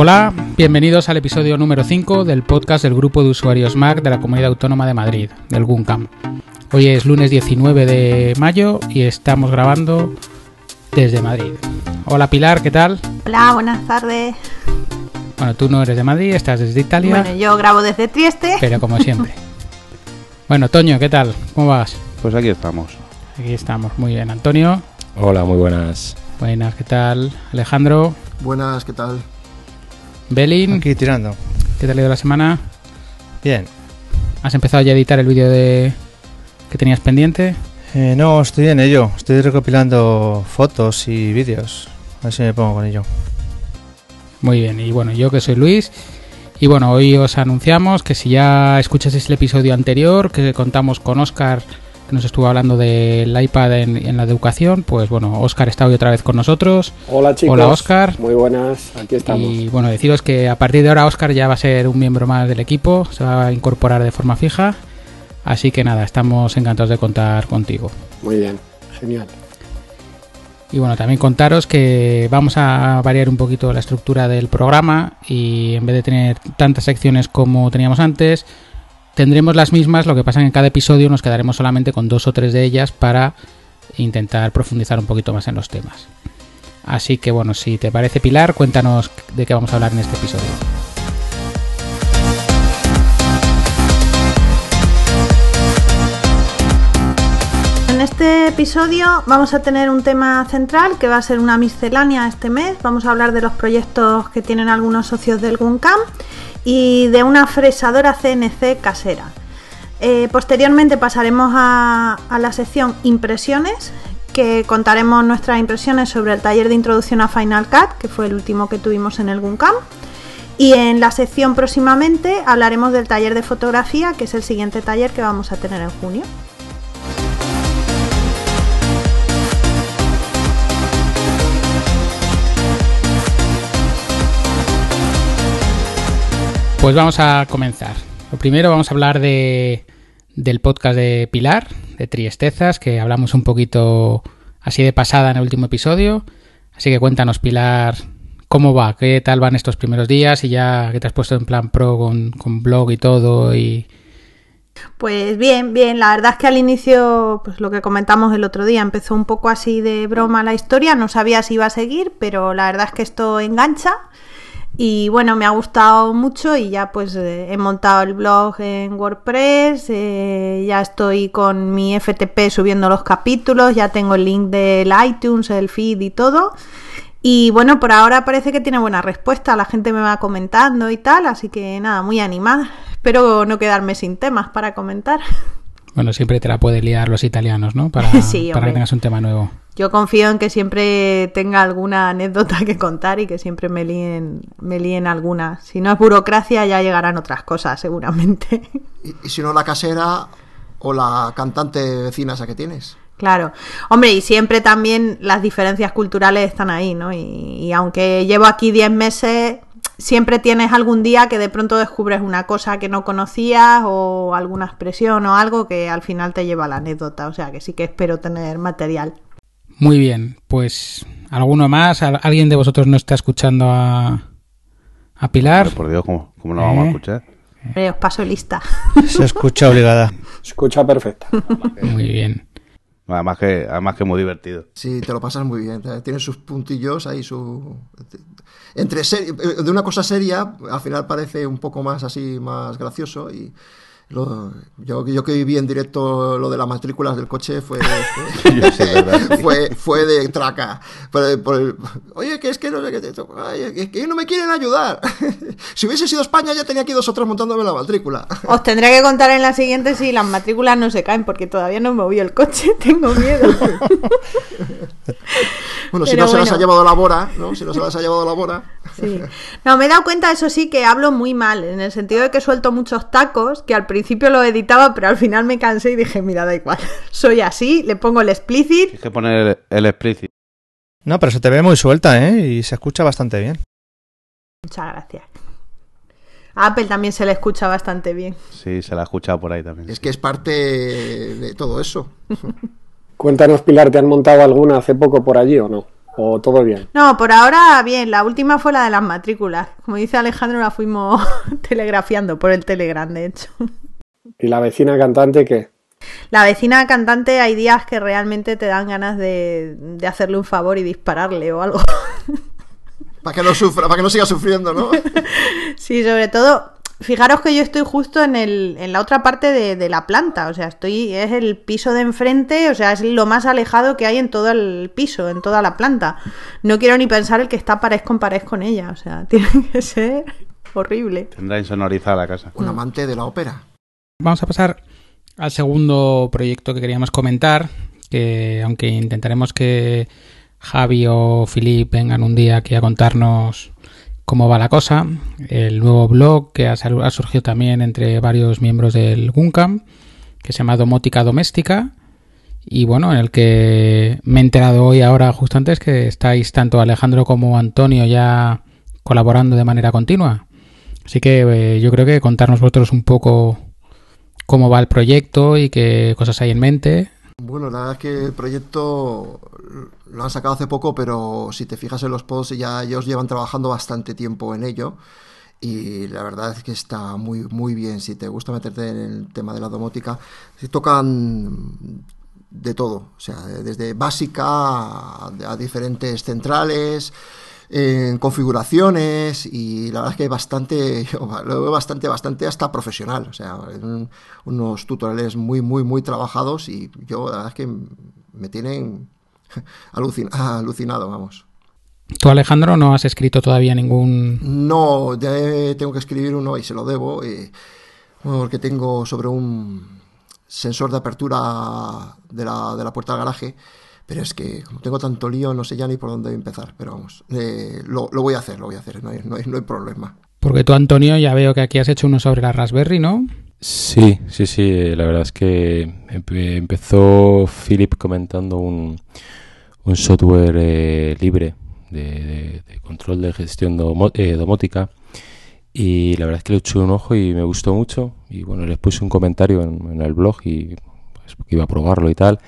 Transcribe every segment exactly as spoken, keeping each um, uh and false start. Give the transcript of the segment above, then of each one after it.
Hola, bienvenidos al episodio número cinco del podcast del grupo de usuarios Mac de la Comunidad Autónoma de Madrid, del GUNCAM. Hoy es lunes diecinueve de mayo y estamos grabando desde Madrid. Hola Pilar, ¿qué tal? Hola, buenas tardes. Bueno, tú no eres de Madrid, estás desde Italia. Bueno, yo grabo desde Trieste. Pero como siempre. Bueno, Toño, ¿qué tal? ¿Cómo vas? Pues aquí estamos. Aquí estamos, muy bien. Antonio. Hola, muy buenas. Buenas, ¿qué tal? Alejandro. Buenas, ¿qué tal? Belín. Aquí tirando. ¿Qué tal ha ido la semana? Bien. ¿Has empezado ya a editar el vídeo de que tenías pendiente? Eh, no, estoy en ello. Estoy recopilando fotos y vídeos. A ver si me pongo con ello. Muy bien. Y bueno, yo que soy Luis. Y bueno, hoy os anunciamos que si ya escuchasteis el episodio anterior, que contamos con Óscar, que nos estuvo hablando del iPad en, en la educación, pues bueno, Óscar está hoy otra vez con nosotros. Hola chicos. Hola Óscar. Muy buenas, aquí estamos. Y bueno, deciros que a partir de ahora Óscar ya va a ser un miembro más del equipo, se va a incorporar de forma fija. Así que nada, estamos encantados de contar contigo. Muy bien, genial. Y bueno, también contaros que vamos a variar un poquito la estructura del programa y en vez de tener tantas secciones como teníamos antes, tendremos las mismas, lo que pasa es que en cada episodio nos quedaremos solamente con dos o tres de ellas para intentar profundizar un poquito más en los temas. Así que bueno, si te parece Pilar, cuéntanos de qué vamos a hablar en este episodio. En este episodio vamos a tener un tema central que va a ser una miscelánea este mes. Vamos a hablar de los proyectos que tienen algunos socios del GUNCAM y de una fresadora C N C casera. Eh, posteriormente pasaremos a, a la sección impresiones, que contaremos nuestras impresiones sobre el taller de introducción a Final Cut, que fue el último que tuvimos en el GUNCAM. Y en la sección próximamente hablaremos del taller de fotografía, que es el siguiente taller que vamos a tener en junio. Pues vamos a comenzar. Lo primero vamos a hablar de del podcast de Pilar, de Triestezas, que hablamos un poquito así de pasada en el último episodio. Así que cuéntanos, Pilar, ¿cómo va? ¿Qué tal van estos primeros días? Y ya que te has puesto en plan pro con, con blog y todo y... Pues bien, bien, la verdad es que al inicio, pues lo que comentamos el otro día, empezó un poco así de broma la historia, no sabía si iba a seguir, pero la verdad es que esto engancha. Y bueno, me ha gustado mucho y ya pues eh, he montado el blog en WordPress, eh, ya estoy con mi F T P subiendo los capítulos, ya tengo el link del iTunes, el feed y todo. Y bueno, por ahora parece que tiene buena respuesta, la gente me va comentando y tal, así que nada, muy animada. Espero no quedarme sin temas para comentar. Bueno, siempre te la pueden liar los italianos, ¿no? Para, sí, para que tengas un tema nuevo. Yo confío en que siempre tenga alguna anécdota que contar y que siempre me líen, me líen alguna. Si no es burocracia, ya llegarán otras cosas, seguramente. ¿Y, y si no la casera o la cantante vecina esa que tienes? Claro. Hombre, y siempre también las diferencias culturales están ahí, ¿no? Y, y aunque llevo aquí diez meses, siempre tienes algún día que de pronto descubres una cosa que no conocías o alguna expresión o algo que al final te lleva a la anécdota. O sea, que sí que espero tener material. Muy bien, pues ¿alguno más? ¿Alguien de vosotros no está escuchando a, a Pilar? Pero por Dios, ¿cómo, cómo no ¿Eh? vamos a escuchar? Eh, os paso lista. Se escucha obligada. Se escucha perfecta. Muy bien. Además que, además que muy divertido. Sí, te lo pasas muy bien. Tiene sus puntillos ahí, su... Entre ser... de una cosa seria, al final parece un poco más así, más gracioso y... Lo, yo, yo que viví en directo lo de las matrículas del coche fue fue, sí, verdad, sí. fue, fue de traca. Por, por, oye, que es que no, que, ay, que no me quieren ayudar. Si hubiese sido España ya tenía aquí dos o tres montándome la matrícula. Os tendré que contar en la siguiente si las matrículas no se caen, porque todavía no me moví el coche, tengo miedo. Bueno, si Pero no se bueno. las ha llevado la Bora, ¿no? Si no se las ha llevado la Bora. Sí. No, me he dado cuenta, eso sí, que hablo muy mal, en el sentido de que suelto muchos tacos, que al principio lo editaba, pero al final me cansé y dije, mira, da igual, soy así, le pongo el explicit. Tienes que poner el, el explicit. No, pero se te ve muy suelta, ¿eh? Y se escucha bastante bien. Muchas gracias. A Apple también se le escucha bastante bien. Sí, se la ha escuchado por ahí también. Es que es parte de todo eso. Cuéntanos, Pilar, ¿te han montado alguna hace poco por allí o no? ¿O todo bien? No, por ahora bien. La última fue la de las matrículas. Como dice Alejandro, la fuimos telegrafiando por el Telegram, de hecho. ¿Y la vecina cantante qué? La vecina cantante hay días que realmente te dan ganas de, de hacerle un favor y dispararle o algo. Para que no sufra, para que no siga sufriendo, ¿no? Sí, sobre todo, fijaros que yo estoy justo en el en la otra parte de, de la planta, o sea, estoy es el piso de enfrente, o sea, es lo más alejado que hay en todo el piso, en toda la planta. No quiero ni pensar el que está pared con pared con ella, o sea, tiene que ser horrible. Tendrá insonorizada la casa. Un amante de la ópera. Vamos a pasar al segundo proyecto que queríamos comentar, que aunque intentaremos que Javi o Filip vengan un día aquí a contarnos cómo va la cosa, el nuevo blog que ha, ha surgido también entre varios miembros del Guncam, que se llama Domótica Doméstica, y bueno, en el que me he enterado hoy ahora justo antes que estáis tanto Alejandro como Antonio ya colaborando de manera continua. Así que eh, yo creo que contarnos vosotros un poco cómo va el proyecto y qué cosas hay en mente. Bueno, la verdad es que el proyecto lo han sacado hace poco, pero si te fijas en los posts ya ellos llevan trabajando bastante tiempo en ello y la verdad es que está muy muy bien. Si te gusta meterte en el tema de la domótica, se tocan de todo, o sea, desde básica a, a diferentes centrales, en configuraciones, y la verdad es que es bastante, yo lo veo bastante, bastante hasta profesional, o sea, un, unos tutoriales muy, muy, muy trabajados, y yo la verdad es que me tienen alucin, alucinado, vamos. ¿Tú, Alejandro, no has escrito todavía ningún...? No, ya tengo que escribir uno y se lo debo, y, bueno, porque tengo sobre un sensor de apertura de la, de la puerta del garaje. Pero es que como tengo tanto lío, no sé ya ni por dónde empezar. Pero vamos, eh, lo, lo voy a hacer, lo voy a hacer, no hay, no hay, no hay problema. Porque tú, Antonio, ya veo que aquí has hecho uno sobre la Raspberry, ¿no? Sí, sí, sí, la verdad es que empe- empezó Philip comentando un, un software eh, libre de, de, de control de gestión domo, eh, domótica, y la verdad es que le eché un ojo y me gustó mucho, y bueno, les puse un comentario en, en el blog y pues, que iba a probarlo y tal.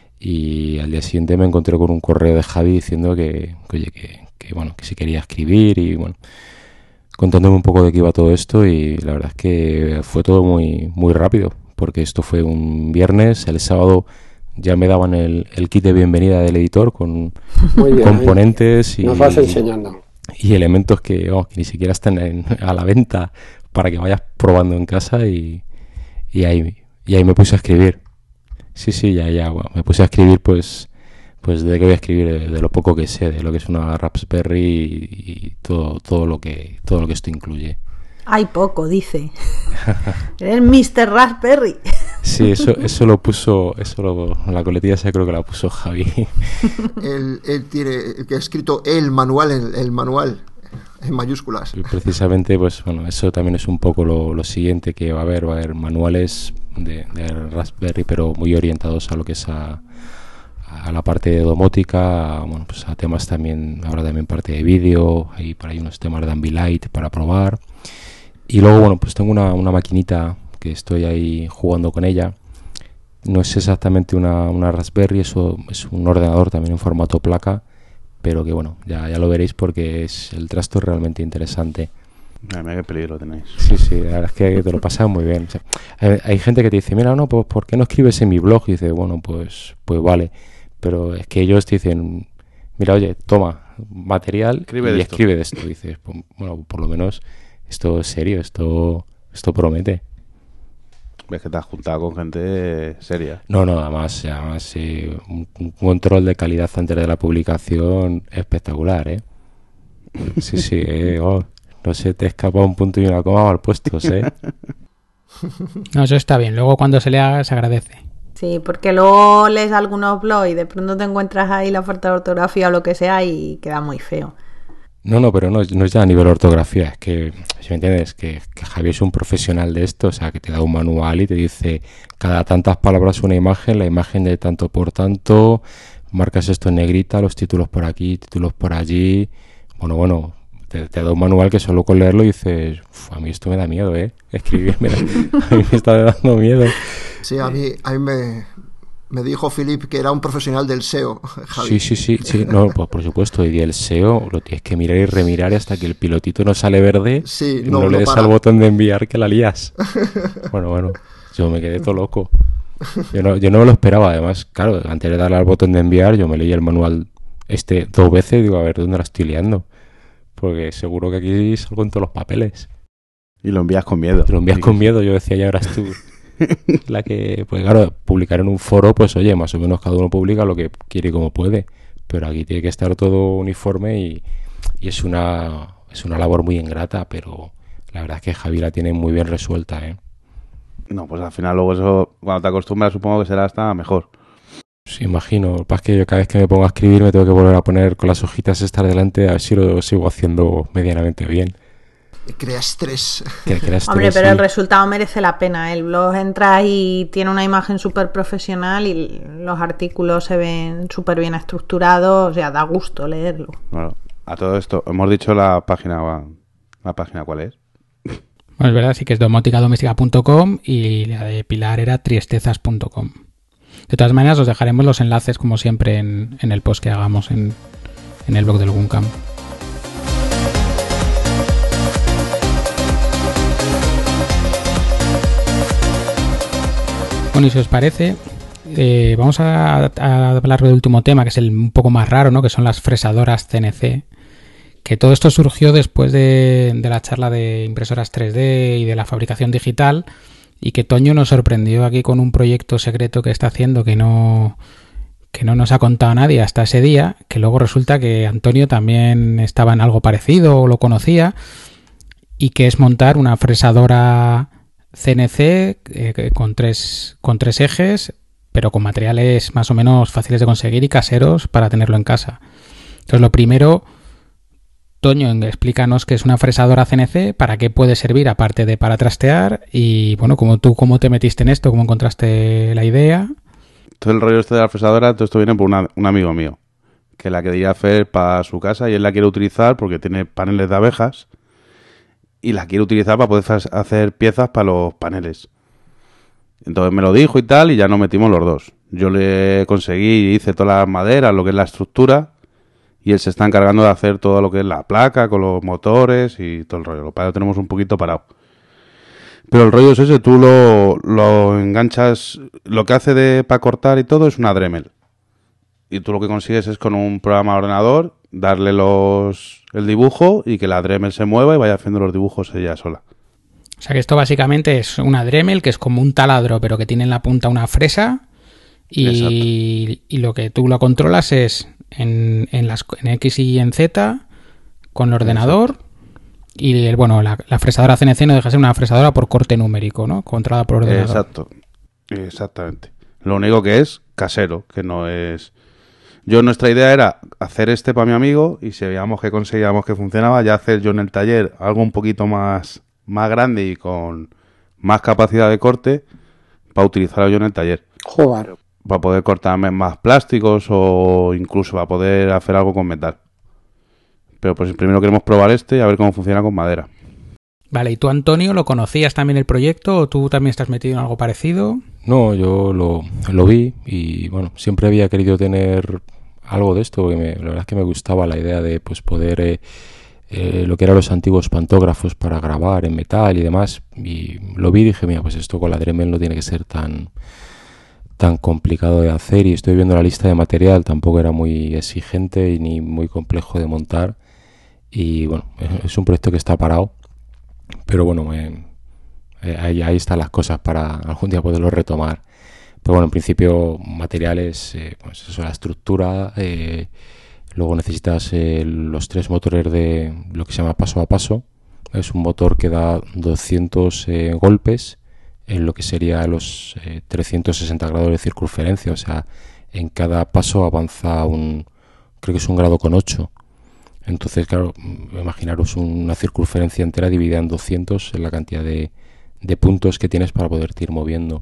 Y al día siguiente me encontré con un correo de Javi diciendo que, que oye, que, que bueno, que si quería escribir y bueno, contándome un poco de qué iba todo esto, y la verdad es que fue todo muy muy rápido, porque esto fue un viernes, el sábado ya me daban el, el kit de bienvenida del editor con Muy bien, componentes y, nos vas enseñando. y elementos que, oh, que ni siquiera están en, a la venta para que vayas probando en casa, y, y ahí y ahí me puse a escribir. Sí, sí, ya, ya, bueno, me puse a escribir, pues, pues de qué voy a escribir, de, de lo poco que sé, de lo que es una Raspberry y, y todo, todo lo que, todo lo que esto incluye. Hay poco, dice. Eres mister Raspberry. Sí, eso, eso lo puso, eso lo, la coletilla esa creo que la puso Javi. Él, él tiene, que ha escrito el manual, el, el manual en mayúsculas. Precisamente, pues bueno, eso también es un poco lo, lo siguiente que va a haber, va a haber manuales de, de Raspberry, pero muy orientados a lo que es a, a la parte de domótica, a, bueno, pues a temas también, ahora también parte de vídeo, y por ahí unos temas de Ambilight para probar. Y luego, bueno, pues tengo una, una maquinita que estoy ahí jugando con ella. No es exactamente una, una Raspberry, eso es un ordenador también en formato placa, pero que bueno, ya, ya lo veréis porque es el trasto es realmente interesante. Mira, qué peligro tenéis. Sí, sí, la verdad es que te lo pasas muy bien. O sea, hay, hay gente que te dice, mira, no, pues ¿por qué no escribes en mi blog? Y dice, bueno, pues, pues vale. Pero es que ellos te dicen, mira, oye, toma material escribe y de escribe esto. de esto. Y dices, pues, bueno, por lo menos esto es serio, esto, esto promete. Ves que te has juntado con gente seria. No, no, además, además eh, un, un control de calidad antes de la publicación espectacular, ¿eh? Sí, sí, eh, oh, no se te escapa un punto y una coma mal puestos, ¿eh? No, eso está bien. Luego cuando se le haga se agradece. Sí, porque luego lees algunos blogs y de pronto te encuentras ahí la falta de ortografía o lo que sea y queda muy feo. No, no, pero no, no es ya a nivel ortografía, es que, si me entiendes, que, que Javier es un profesional de esto, o sea, que te da un manual y te dice cada tantas palabras una imagen, la imagen de tanto por tanto, marcas esto en negrita, los títulos por aquí, títulos por allí, bueno, bueno, te, te da un manual que solo con leerlo dices, a mí esto me da miedo, ¿eh? Escribir, me da, a mí me está dando miedo. Sí, a mí, a mí me, Me dijo Philip que era un profesional del S E O, Javi. Sí, sí, sí, sí. No, pues por supuesto. Y el S E O lo tienes que mirar y remirar hasta que el pilotito no sale verde. Sí, y no, no, no le des para. al botón de enviar que la lías. Bueno, bueno. Yo me quedé todo loco. Yo no, yo no me lo esperaba. Además, claro, antes de darle al botón de enviar, yo me leí el manual este dos veces y digo, a ver, ¿dónde la estoy liando? Porque seguro que aquí salgo en todos los papeles. Y lo envías con miedo. Te lo envías con miedo. Yo decía, ya verás tú. La que, pues claro, publicar en un foro, pues oye, más o menos cada uno publica lo que quiere y como puede, pero aquí tiene que estar todo uniforme y, y es una es una labor muy ingrata, pero la verdad es que Javi la tiene muy bien resuelta, ¿eh? No, pues al final luego eso, cuando te acostumbras, supongo que será hasta mejor. Sí, imagino. Lo que pasa es que yo cada vez que me pongo a escribir me tengo que volver a poner con las hojitas estar delante a ver si lo sigo haciendo medianamente bien. Crea estrés. Que, que estrés, Hombre, pero sí. el resultado merece la pena. El blog entra y tiene una imagen súper profesional y los artículos se ven súper bien estructurados. O sea, da gusto leerlo. Bueno, a todo esto, hemos dicho la página, la página ¿cuál es? Bueno, es verdad, sí que es domótica doméstica punto com y la de Pilar era triestezas punto com. De todas maneras, os dejaremos los enlaces, como siempre, en, en el post que hagamos en, en el blog del Guncam. Bueno, y si os parece, eh, vamos a, a hablar del último tema, que es el un poco más raro, ¿no? Que son las fresadoras C N C. Que todo esto surgió después de, de la charla de impresoras tres D y de la fabricación digital, y que Toño nos sorprendió aquí con un proyecto secreto que está haciendo que no, que no nos ha contado nadie hasta ese día, que luego resulta que Antonio también estaba en algo parecido o lo conocía, y que es montar una fresadora C N C eh, con tres con tres ejes, pero con materiales más o menos fáciles de conseguir y caseros para tenerlo en casa. Entonces, lo primero, Toño, explícanos qué es una fresadora C N C, para qué puede servir aparte de para trastear y, bueno, como tú cómo te metiste en esto, cómo encontraste la idea. Todo el rollo este de la fresadora, todo esto viene por una, un amigo mío que la quería hacer para su casa y él la quiere utilizar porque tiene paneles de abejas y la quiere utilizar para poder hacer piezas para los paneles. Entonces me lo dijo y tal, y ya nos metimos los dos. Yo le conseguí, hice todas las maderas, lo que es la estructura, y él se está encargando de hacer todo lo que es la placa, con los motores y todo el rollo. Lo que pasa es que tenemos un poquito parado. Pero el rollo es ese, tú lo, lo enganchas, lo que hace de para cortar y todo es una Dremel. Y tú lo que consigues es con un programa de ordenador darle los el dibujo y que la Dremel se mueva y vaya haciendo los dibujos ella sola. O sea que esto básicamente es una Dremel que es como un taladro pero que tiene en la punta una fresa y, y lo que tú lo controlas es en, en, las, en X y en Z con el ordenador. Exacto. Y el, bueno, la, la fresadora C N C no deja de ser una fresadora por corte numérico, ¿no? Controlada por ordenador. Exacto, exactamente. Lo único que es casero, que no es... Yo, nuestra idea era hacer este para mi amigo y si veíamos que conseguíamos que funcionaba, ya hacer yo en el taller algo un poquito más, más grande y con más capacidad de corte para utilizarlo yo en el taller. Joder. Para poder cortarme más plásticos o incluso para poder hacer algo con metal. Pero pues primero queremos probar este y a ver cómo funciona con madera. Vale, ¿y tú, Antonio, lo conocías también el proyecto o tú también estás metido en algo parecido? No, yo lo, lo vi y bueno, siempre había querido tener algo de esto, porque me, la verdad es que me gustaba la idea de pues poder eh, eh, lo que eran los antiguos pantógrafos para grabar en metal y demás, y lo vi y dije, mira, pues esto con la Dremel no tiene que ser tan tan complicado de hacer, y estoy viendo la lista de material, tampoco era muy exigente y ni muy complejo de montar, y bueno, es un proyecto que está parado, pero bueno, me, eh, ahí, ahí están las cosas para algún día poderlo retomar. Pero bueno, en principio materiales, eh, pues eso, la estructura, eh, luego necesitas eh, los tres motores de lo que se llama paso a paso. Es un motor que da doscientos eh, golpes en lo que sería los eh, trescientos sesenta grados de circunferencia, o sea, en cada paso avanza un, creo que es un grado con ocho. Entonces, claro, imaginaros una circunferencia entera dividida en doscientos en la cantidad de, de puntos que tienes para poderte ir moviendo.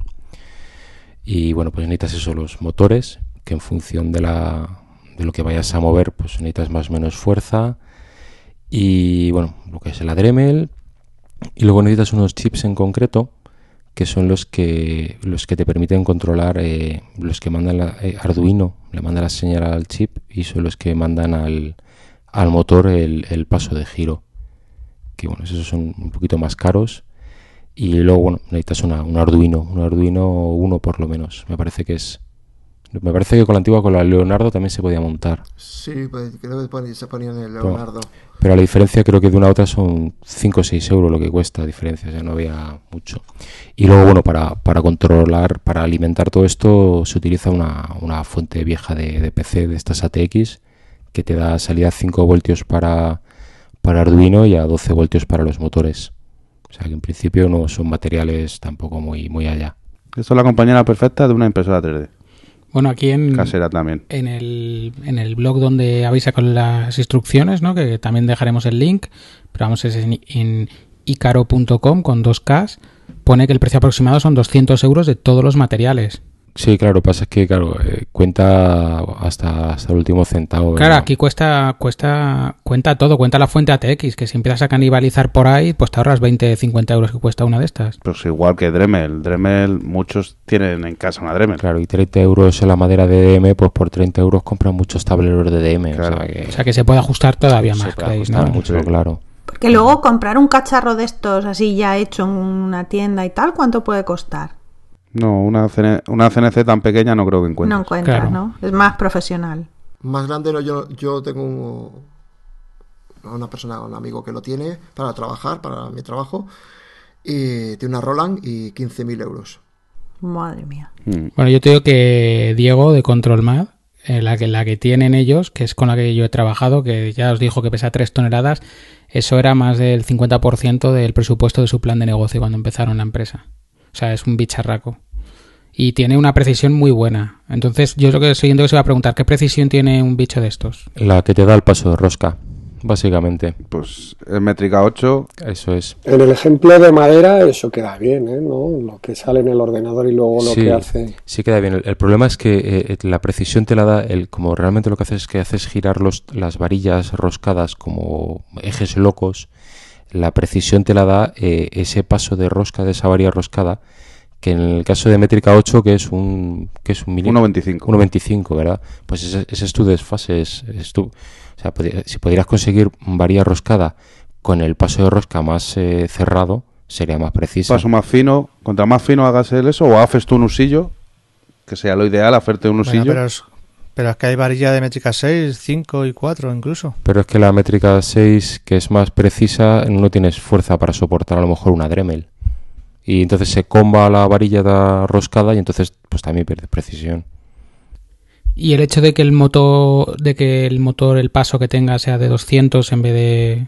Y bueno, pues necesitas eso, los motores, que en función de la de lo que vayas a mover, pues necesitas más o menos fuerza. Y bueno, lo que es la Dremel. Y luego necesitas unos chips en concreto, que son los que los que te permiten controlar, eh, los que mandan la, eh, Arduino, le manda la señal al chip y son los que mandan al, al motor el, el paso de giro. Que bueno, esos son un poquito más caros. Y luego, bueno, necesitas una, un Arduino, un Arduino uno por lo menos. Me parece que es... Me parece que con la antigua, con la Leonardo también se podía montar. Sí, pues, creo que se ponía en el Leonardo. Pero, pero la diferencia creo que de una a otra son cinco o seis euros lo que cuesta la diferencia, o sea, no había mucho. Y luego, bueno, para, para controlar, para alimentar todo esto se utiliza una, una fuente vieja de, de P C, de estas A T X, que te da salida a cinco voltios para, para Arduino y a doce voltios para los motores. O sea que en principio no son materiales tampoco muy, muy allá. Esto es la compañera perfecta de una impresora tres D. Bueno, aquí en, casera también. En el, en el blog donde habéis sacado las instrucciones, ¿no? Que también dejaremos el link, pero vamos, es en, en icaro punto com con dos Ks, pone que el precio aproximado son doscientos euros de todos los materiales. Sí, claro, lo que pasa es que claro, eh, cuenta hasta, hasta el último centavo. Claro, ¿no? aquí cuesta, cuesta, cuenta todo, cuenta la fuente A T X, que si empiezas a canibalizar por ahí, pues te ahorras veinte, cincuenta euros que cuesta una de estas. Pues igual que Dremel. Dremel, muchos tienen en casa una Dremel. Claro, y treinta euros en la madera de D M, pues por treinta euros compran muchos tableros de D M. Claro. O sea que, o sea que se puede ajustar todavía más, se puede ¿creéis, ajustar no? mucho, Sí. claro. Porque luego comprar un cacharro de estos así ya hecho en una tienda y tal, ¿cuánto puede costar? No, una, C N una C N C tan pequeña no creo que encuentres. No encuentras, Claro. ¿no? Es más profesional. Más grande, no, yo, yo tengo un- una persona, un amigo que lo tiene para trabajar, para mi trabajo, y tiene una Roland y quince mil euros. Madre mía. Mm. Bueno, yo te digo que Diego de ControlMad, eh, la, que, la que tienen ellos, que es con la que yo he trabajado, que ya os dijo que pesa tres toneladas, eso era más del cincuenta por ciento del presupuesto de su plan de negocio cuando empezaron la empresa. O sea, es un bicharraco. Y tiene una precisión muy buena. Entonces, yo lo que el siguiente que se va a preguntar, ¿qué precisión tiene un bicho de estos? La que te da el paso de rosca, básicamente. Pues es métrica ocho. Eso es. En el ejemplo de madera eso queda bien, ¿eh? ¿No? Lo que sale en el ordenador y luego lo Sí, que hace. sí queda bien. El, el problema es que eh, la precisión te la da, el, como realmente lo que haces es que haces girar los, las varillas roscadas como ejes locos, la precisión te la da eh, ese paso de rosca de esa varilla roscada, que en el caso de métrica ocho, que es un que es un milímetro, uno veinticinco. uno veinticinco, ¿verdad? Pues ese, ese es tu desfase, es, es tu, o sea, podri- si pudieras conseguir varilla roscada con el paso de rosca más eh, cerrado, sería más precisa. Paso más fino. Contra más fino hagas el eso, o haces tú un usillo, que sea lo ideal, hacerte un Bueno, usillo. pero, es, pero es que hay varilla de métrica seis, cinco y cuatro incluso. Pero es que la métrica seis, que es más precisa, no tienes fuerza para soportar a lo mejor una Dremel. Y entonces se comba la varilla da roscada y entonces pues también pierdes precisión. Y el hecho de que el motor, de que el motor, el paso que tenga sea de doscientos en vez de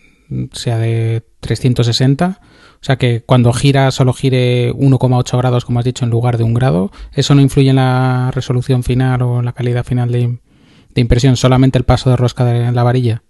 sea de trescientos sesenta, o sea que cuando gira solo gire uno coma ocho grados, como has dicho, en lugar de un grado, ¿eso no influye en la resolución final o en la calidad final de, de impresión? Solamente el paso de rosca de la varilla.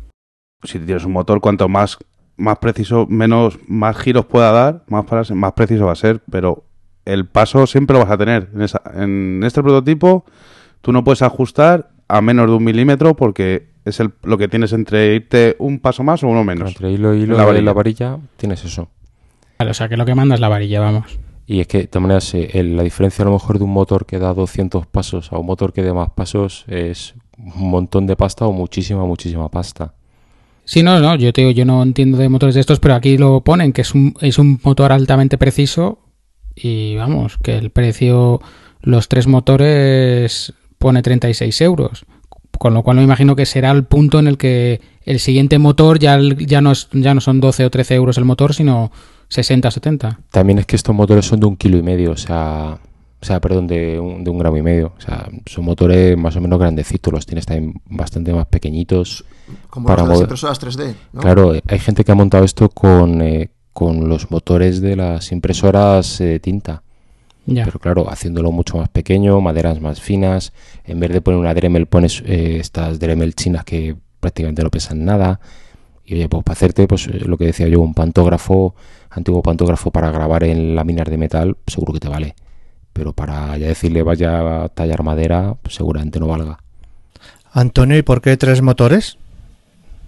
Si tienes un motor, cuanto más más preciso, menos más giros pueda dar, más para, más preciso va a ser, pero el paso siempre lo vas a tener. En, esa, en este prototipo tú no puedes ajustar a menos de un milímetro porque es el, lo que tienes entre irte un paso más o uno menos. Entre hilo y hilo la de varilla. la varilla tienes eso. Vale, o sea que lo que manda es la varilla, vamos. Y es que de todas maneras eh, el- la diferencia a lo mejor de un motor que da doscientos pasos a un motor que dé más pasos es un montón de pasta o muchísima, muchísima pasta. Sí, no, no, yo te digo, yo no entiendo de motores de estos, pero aquí lo ponen, que es un, es un motor altamente preciso y vamos, que el precio, los tres motores pone treinta y seis euros, con lo cual me imagino que será el punto en el que el siguiente motor ya, ya, no, es, ya no son doce o trece euros el motor, sino sesenta o setenta. También es que estos motores son de un kilo y medio, o sea, o sea, perdón, de un, de un gramo y medio. O sea, son motores más o menos grandecitos, los tienes también bastante más pequeñitos. Como Para las de las mover- impresoras tres D, ¿no? Claro, eh, hay gente que ha montado esto con, eh, con los motores de las impresoras eh, de tinta. Ya. Pero claro, haciéndolo mucho más pequeño, maderas más finas. En vez de poner una Dremel, pones eh, estas Dremel chinas que prácticamente no pesan nada. Y oye, pues para hacerte, pues eh, lo que decía yo, un pantógrafo, antiguo pantógrafo para grabar en láminas de metal, seguro que te vale. Pero para ya decirle vaya a tallar madera, pues seguramente no valga. Antonio, ¿y por qué tres motores?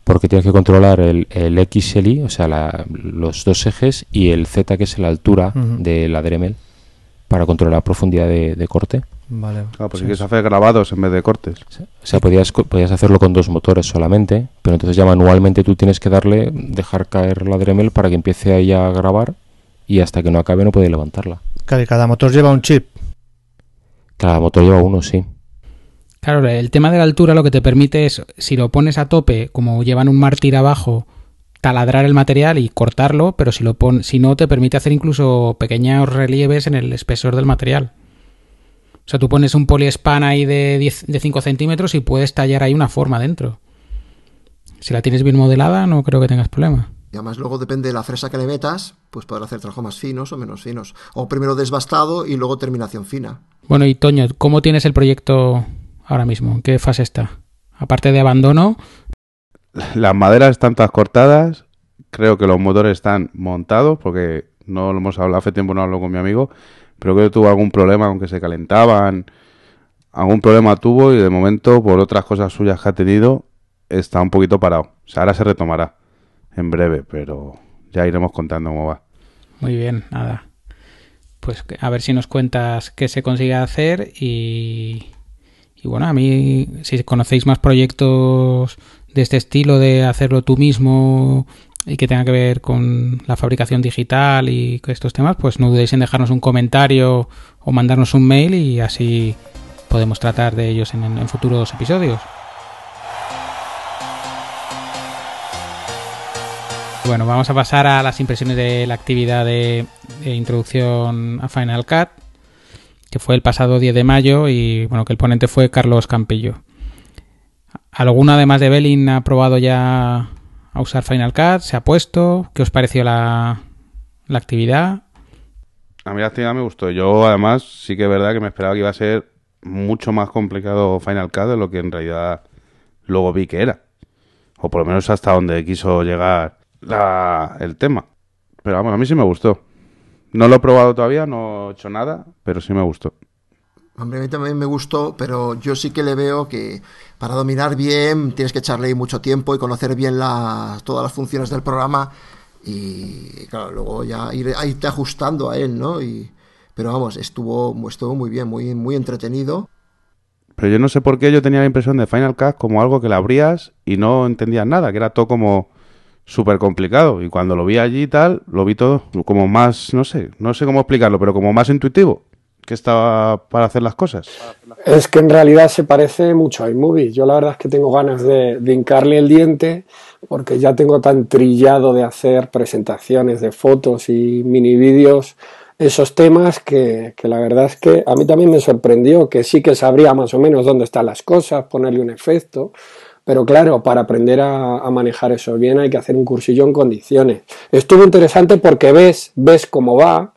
porque tienes que controlar el, el X y el Y, o sea, la, los dos ejes, y el Z, que es la altura uh-huh. de la Dremel, para controlar la profundidad de, de corte. Vale. Claro, pues sí, si quieres hacer grabados en vez de cortes. O sea, podías, podías hacerlo con dos motores solamente, pero entonces ya manualmente tú tienes que darle, dejar caer la Dremel para que empiece ahí a grabar, y hasta que no acabe no puede levantarla. Claro, y cada motor lleva un chip. Cada motor lleva uno, sí. Claro, el tema de la altura lo que te permite es, si lo pones a tope, como llevan un mártir abajo, taladrar el material y cortarlo, pero si lo pon, si no, te permite hacer incluso pequeños relieves en el espesor del material. O sea, tú pones un poliespan ahí de, diez, de cinco centímetros y puedes tallar ahí una forma dentro. Si la tienes bien modelada, no creo que tengas problema. Y además luego depende de la fresa que le metas, pues podrás hacer trabajos más finos o menos finos. O primero desbastado y luego terminación fina. Bueno, y Toño, ¿cómo tienes el proyecto ahora mismo? ¿En qué fase está? Aparte de abandono... Las maderas están todas cortadas, creo que los motores están montados, porque no lo hemos hablado, hace tiempo no hablo con mi amigo, pero creo que tuvo algún problema, aunque se calentaban, algún problema tuvo y de momento, por otras cosas suyas que ha tenido, está un poquito parado. O sea, ahora se retomará en breve, pero ya iremos contando cómo va. Muy bien, nada. Pues a ver si nos cuentas qué se consigue hacer y, y bueno, a mí, si conocéis más proyectos de este estilo, de hacerlo tú mismo y que tenga que ver con la fabricación digital y estos temas, pues no dudéis en dejarnos un comentario o mandarnos un mail y así podemos tratar de ellos en, en futuros episodios. Bueno, vamos a pasar a las impresiones de la actividad de, de introducción a Final Cut, que fue el pasado diez de mayo y bueno, que el ponente fue Carlos Campillo. ¿Alguno además de Belin ha probado ya a usar Final Cut? ¿Se ha puesto? ¿Qué os pareció la, la actividad? A mí la actividad me gustó. Yo además sí que es verdad que me esperaba que iba a ser mucho más complicado Final Cut de lo que en realidad luego vi que era. O por lo menos hasta donde quiso llegar la, el tema. Pero vamos, a mí sí me gustó. No lo he probado todavía, no he hecho nada, pero sí me gustó. Hombre, a mí también me gustó, pero yo sí que le veo que para dominar bien tienes que echarle mucho tiempo y conocer bien la, todas las funciones del programa y claro, luego ya ir, irte ajustando a él, ¿no? Y, pero vamos, estuvo, estuvo muy bien, muy, muy entretenido. Pero yo no sé por qué yo tenía la impresión de Final Cut como algo que la abrías y no entendías nada, que era todo como súper complicado. Y cuando lo vi allí y tal, lo vi todo como más, no sé, no sé cómo explicarlo, pero como más intuitivo. Que estaba para hacer las cosas. Es que en realidad se parece mucho a iMovie. Yo la verdad es que tengo ganas de, de hincarle el diente porque ya tengo tan trillado de hacer presentaciones de fotos y mini vídeos, esos temas que, que la verdad es que a mí también me sorprendió que sí que sabría más o menos dónde están las cosas, ponerle un efecto, pero claro, para aprender a, a manejar eso bien hay que hacer un cursillo en condiciones. Estuvo interesante porque ves, ves cómo va,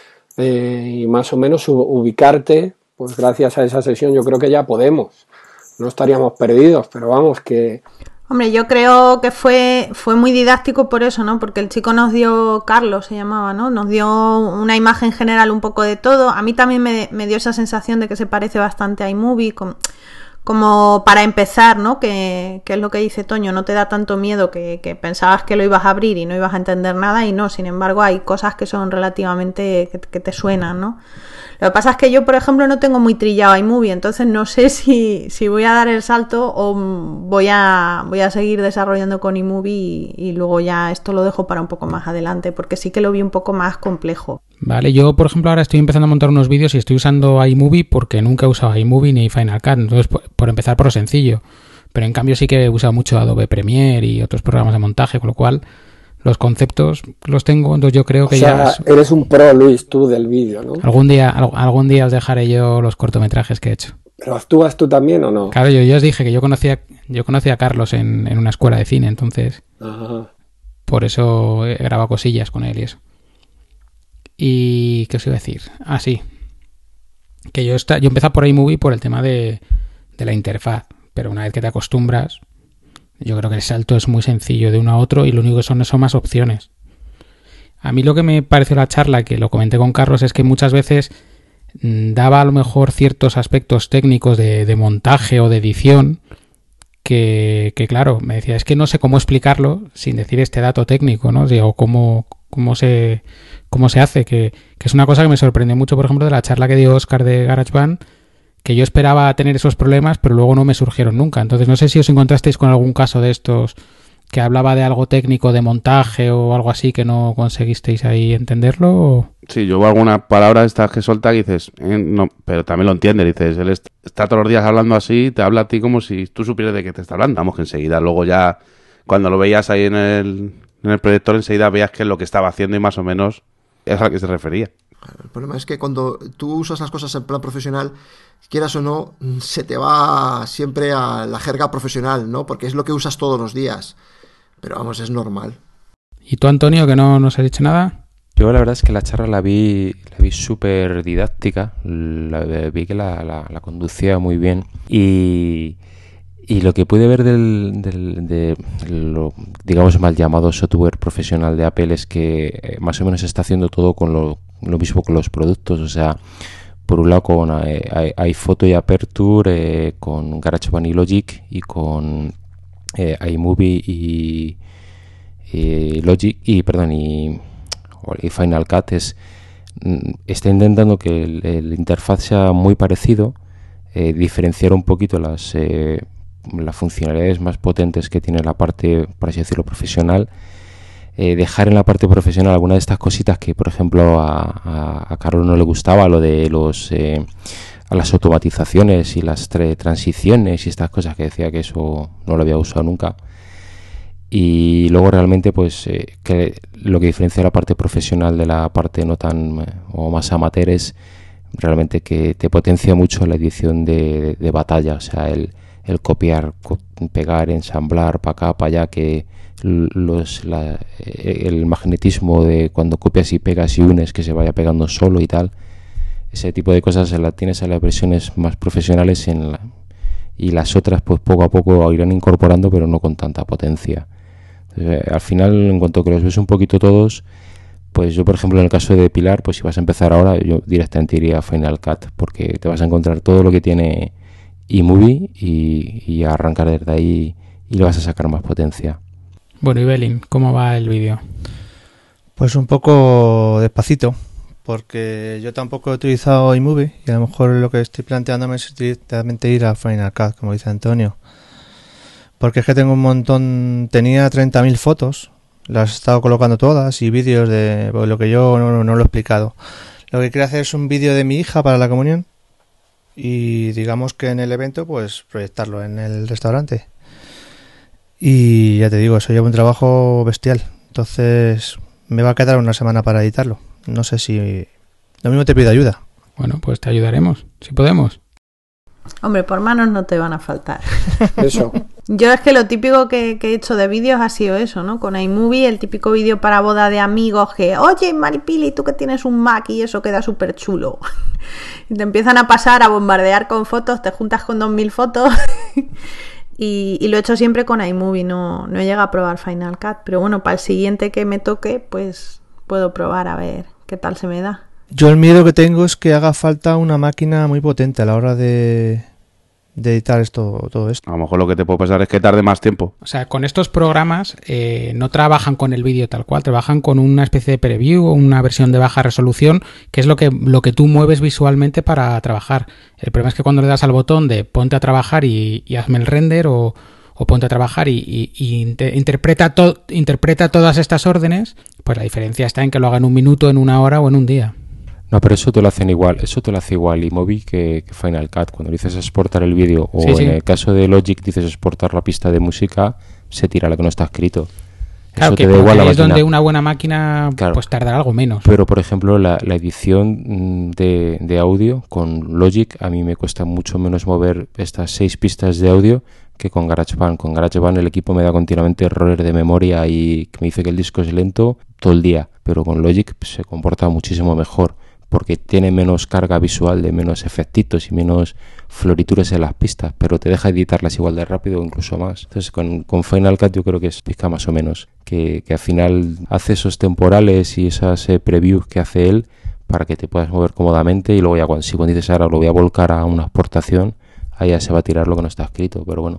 Eh, y más o menos ubicarte, pues gracias a esa sesión yo creo que ya podemos, no estaríamos perdidos, pero vamos que... Hombre, yo creo que fue, fue muy didáctico por eso, ¿no? Porque el chico nos dio, Carlos se llamaba, ¿no? Nos dio una imagen general un poco de todo. A mí también me, me dio esa sensación de que se parece bastante a iMovie, como, como para empezar, ¿no? Que, que es lo que dice Toño, no te da tanto miedo que, que pensabas que lo ibas a abrir y no ibas a entender nada y no, sin embargo hay cosas que son relativamente, que, que te suenan, ¿no? Lo que pasa es que yo, por ejemplo, no tengo muy trillado iMovie, entonces no sé si, si voy a dar el salto o voy a, voy a seguir desarrollando con iMovie y, y luego ya esto lo dejo para un poco más adelante, porque sí que lo vi un poco más complejo. Vale, yo, por ejemplo, ahora estoy empezando a montar unos vídeos y estoy usando iMovie porque nunca he usado iMovie ni Final Cut, entonces por, por empezar por lo sencillo. Pero en cambio sí que he usado mucho Adobe Premiere y otros programas de montaje, con lo cual los conceptos los tengo, entonces yo creo que o sea, ya... Es... eres un pro, Luis, tú del vídeo, ¿no? Algún día, algún día os dejaré yo los cortometrajes que he hecho. ¿Pero actúas tú también o no? Claro, yo, yo os dije que yo conocía, yo conocía a Carlos en, en una escuela de cine, entonces... Ajá. Por eso he grabado cosillas con él y eso. Y... ¿qué os iba a decir? Ah, sí. Que yo, está, yo empecé por iMovie por el tema de, de la interfaz, pero una vez que te acostumbras... Yo creo que el salto es muy sencillo de uno a otro y lo único que son son más opciones. A mí lo que me pareció la charla, que lo comenté con Carlos, es que muchas veces daba a lo mejor ciertos aspectos técnicos de, de montaje o de edición que, que claro, me decía, es que no sé cómo explicarlo sin decir este dato técnico, ¿no? O cómo, cómo se cómo se hace, que, que es una cosa que me sorprendió mucho, por ejemplo, de la charla que dio Óscar de GarageBand, que yo esperaba tener esos problemas, pero luego no me surgieron nunca. Entonces, no sé si os encontrasteis con algún caso de estos que hablaba de algo técnico, de montaje o algo así, que no conseguisteis ahí entenderlo. ¿O? Sí, yo hubo algunas palabras estas que suelta y dices, eh, no, pero también lo entiende, dices, él est- está todos los días hablando así, te habla a ti como si tú supieras de qué te está hablando. Vamos, que enseguida, luego ya, cuando lo veías ahí en el, en el proyector, enseguida veías que es lo que estaba haciendo y más o menos es a lo que se refería. El problema es que cuando tú usas las cosas en plan profesional, quieras o no, se te va siempre a la jerga profesional, ¿no? Porque es lo que usas todos los días. Pero vamos, es normal. ¿Y tú, Antonio, que no nos has dicho nada? Yo la verdad es que la charla la vi la vi súper didáctica, la, vi que la, la, la conducía muy bien y, y lo que pude ver del, del de lo, digamos, mal llamado software profesional de Apple es que eh, más o menos está haciendo todo con lo, lo mismo con los productos, o sea, por un lado con eh, iPhoto y Aperture, eh, con GarageBand y Logic y con eh, iMovie y, y Logic y perdón y y Final Cut es está intentando que el, el interfaz sea muy parecido, eh, diferenciar un poquito las eh, las funcionalidades más potentes que tiene la parte, por así decirlo, profesional, eh, dejar en la parte profesional algunas de estas cositas que, por ejemplo, a, a, a Carlos no le gustaba, lo de los eh, a las automatizaciones y las tre- transiciones y estas cosas, que decía que eso no lo había usado nunca. Y luego realmente pues eh, que lo que diferencia la parte profesional de la parte no tan eh, o más amateur es realmente que te potencia mucho la edición de, de, de batalla, o sea, el, el copiar, co- pegar, ensamblar para acá, para allá, que los la, el magnetismo de cuando copias y pegas y unes que se vaya pegando solo y tal, ese tipo de cosas se las tienes en las versiones más profesionales en la, y las otras pues poco a poco irán incorporando, pero no con tanta potencia. Entonces, al final, en cuanto que los ves un poquito todos, pues yo, por ejemplo, en el caso de Pilar, pues si vas a empezar ahora, yo directamente iría a Final Cut, porque te vas a encontrar todo lo que tiene iMovie y, y arrancar desde ahí y le vas a sacar más potencia. Bueno, y Belín, ¿cómo va el vídeo? Pues un poco despacito, porque yo tampoco he utilizado iMovie y a lo mejor lo que estoy planteándome es directamente ir a Final Cut, como dice Antonio. Porque es que tengo un montón, tenía treinta mil fotos, las he estado colocando todas y vídeos de pues, lo que yo no, no, no lo he explicado. Lo que quiero hacer es un vídeo de mi hija para la comunión y digamos que en el evento pues proyectarlo en el restaurante. Y ya te digo, eso lleva un trabajo bestial, entonces me va a quedar una semana para editarlo. No sé si... Lo mismo te pido ayuda. Bueno, pues te ayudaremos, si podemos. Hombre, por manos no te van a faltar. Eso. Yo es que lo típico que, que he hecho de vídeos ha sido eso, ¿no? Con iMovie, el típico vídeo para boda de amigos que, oye, Maripili, tú que tienes un Mac y eso queda súper chulo. Y te empiezan a pasar, a bombardear con fotos, te juntas con dos mil fotos. y, y lo he hecho siempre con iMovie, no, no he llegado a probar Final Cut. Pero bueno, para el siguiente que me toque, pues puedo probar a ver qué tal se me da. Yo el miedo que tengo es que haga falta una máquina muy potente a la hora de, de editar esto, todo esto. A lo mejor lo que te puedo pensar es que tarde más tiempo. O sea, con estos programas eh, no trabajan con el vídeo tal cual, trabajan con una especie de preview o una versión de baja resolución, que es lo que, lo que tú mueves visualmente para trabajar. El problema es que cuando le das al botón de ponte a trabajar y, y hazme el render o, o ponte a trabajar y, y, y inter, interpreta, to, interpreta todas estas órdenes, pues la diferencia está en que lo haga en un minuto, en una hora o en un día. No, pero eso te lo hacen igual, eso te lo hace igual iMovie que, que Final Cut. Cuando dices exportar el vídeo o sí, sí. en el caso de Logic dices exportar la pista de música, se tira lo que no está escrito. Claro, eso que te da igual la es máquina. donde una buena máquina Claro. pues tardará algo menos. Pero, por ejemplo, la, la edición de, de audio con Logic a mí me cuesta mucho menos mover estas seis pistas de audio que con GarageBand. Con GarageBand el equipo me da continuamente errores de memoria y que me dice que el disco es lento todo el día. Pero con Logic se comporta muchísimo mejor, porque tiene menos carga visual, de menos efectitos y menos florituras en las pistas, pero te deja editarlas igual de rápido o incluso más. Entonces con, con Final Cut yo creo que es pizca más o menos, que, que al final hace esos temporales y esas eh, previews que hace él para que te puedas mover cómodamente y luego ya cuando, si cuando dices ahora lo voy a volcar a una exportación, ahí ya se va a tirar lo que no está escrito, pero bueno,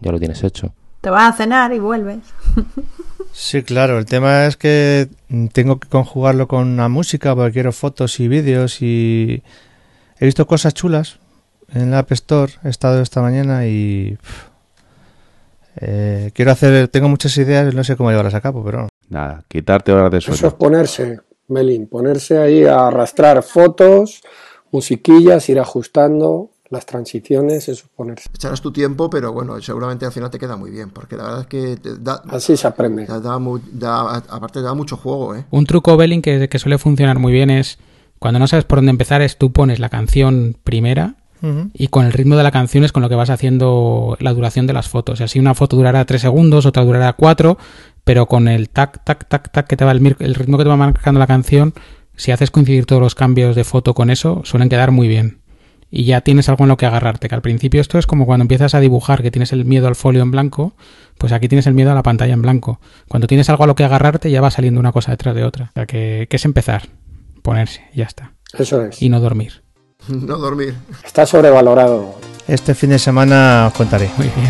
ya lo tienes hecho. Te vas a cenar y vuelves. Sí, claro, el tema es que tengo que conjugarlo con una música porque quiero fotos y vídeos y he visto cosas chulas en la App Store, he estado esta mañana y pff, eh, quiero hacer, tengo muchas ideas y no sé cómo llevarlas a cabo, pero Nada, quitarte horas de sueño. Eso es ponerse, Melín, ponerse ahí a arrastrar fotos, musiquillas, ir ajustando las transiciones, eso es ponerse. Echarás tu tiempo, pero bueno, seguramente al final te queda muy bien, porque la verdad es que te da, Así se aprende. da, da, mu- da- aparte te da mucho juego, ¿eh? Un truco, Belling, que, que suele funcionar muy bien es cuando no sabes por dónde empezar, es tú pones la canción primera uh-huh. y con el ritmo de la canción es con lo que vas haciendo la duración de las fotos. Y así una foto durará tres segundos, otra durará cuatro, pero con el tac, tac, tac, tac que te va el, mir- el ritmo que te va marcando la canción, si haces coincidir todos los cambios de foto con eso, suelen quedar muy bien. Y ya tienes algo en lo que agarrarte, que al principio esto es como cuando empiezas a dibujar, que tienes el miedo al folio en blanco, pues aquí tienes el miedo a la pantalla en blanco. Cuando tienes algo a lo que agarrarte, ya va saliendo una cosa detrás de otra. O sea, que, que es empezar, ponerse, y ya está. Eso es. Y no dormir. No dormir. Está sobrevalorado. Este fin de semana os contaré. Muy bien.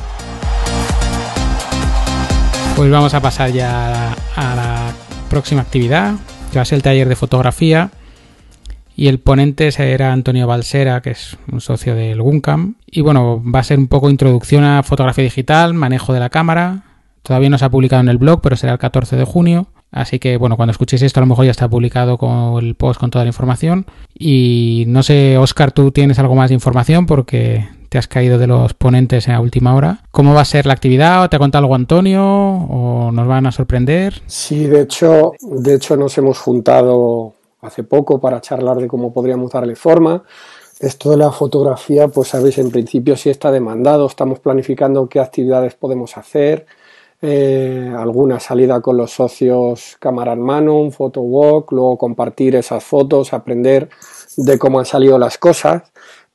Pues vamos a pasar ya a la, a la próxima actividad, que va a ser el taller de fotografía. Y el ponente será Antonio Balsera, que es un socio del Guncam. Y bueno, va a ser un poco introducción a fotografía digital, manejo de la cámara. Todavía no se ha publicado en el blog, pero será el catorce de junio. Así que bueno, cuando escuchéis esto a lo mejor ya está publicado con el post con toda la información. Y no sé, Óscar, tú tienes algo más de información porque te has caído de los ponentes a última hora. ¿Cómo va a ser la actividad? ¿O te ha contado algo Antonio? ¿O nos van a sorprender? Sí, de hecho, de hecho nos hemos juntado hace poco para charlar de cómo podríamos darle forma. Esto de la fotografía, pues sabéis, en principio sí está demandado, estamos planificando qué actividades podemos hacer, eh, alguna salida con los socios cámara en mano, un photo walk, luego compartir esas fotos, aprender de cómo han salido las cosas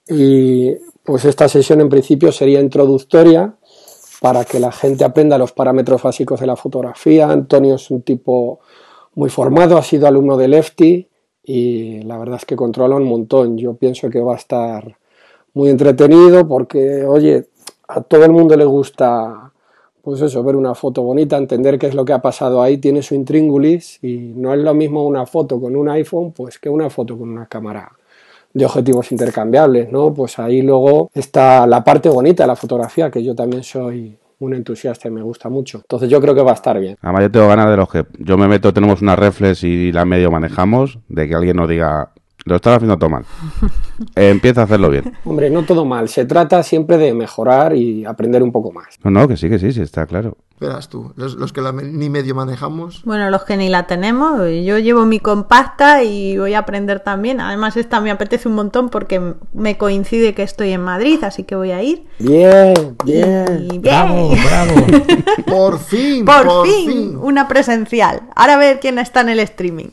y pues esta sesión en principio sería introductoria para que la gente aprenda los parámetros básicos de la fotografía. Antonio es un tipo muy formado, ha sido alumno de Lefty y la verdad es que controla un montón. Yo pienso que va a estar muy entretenido porque, oye, a todo el mundo le gusta, pues eso, ver una foto bonita, entender qué es lo que ha pasado ahí, tiene su intríngulis y no es lo mismo una foto con un iPhone pues que una foto con una cámara de objetivos intercambiables, ¿no? Pues ahí luego está la parte bonita de la fotografía, que yo también soy un entusiasta y me gusta mucho. Entonces yo creo que va a estar bien. Además yo tengo ganas de los que yo me meto, tenemos una reflex y la medio manejamos, de que alguien nos diga, lo estás haciendo todo mal. Eh, empieza a hacerlo bien. Hombre, no todo mal, se trata siempre de mejorar y aprender un poco más. No, no, que sí, que sí, sí, está claro. Verás tú, los, los que la, ni medio manejamos. Bueno, los que ni la tenemos, yo llevo mi compacta y voy a aprender también. Además esta me apetece un montón porque me coincide que estoy en Madrid, así que voy a ir. Bien, bien. Y bien. Bravo, bravo. Por fin, Por, por fin, fin. una presencial. Ahora a ver quién está en el streaming.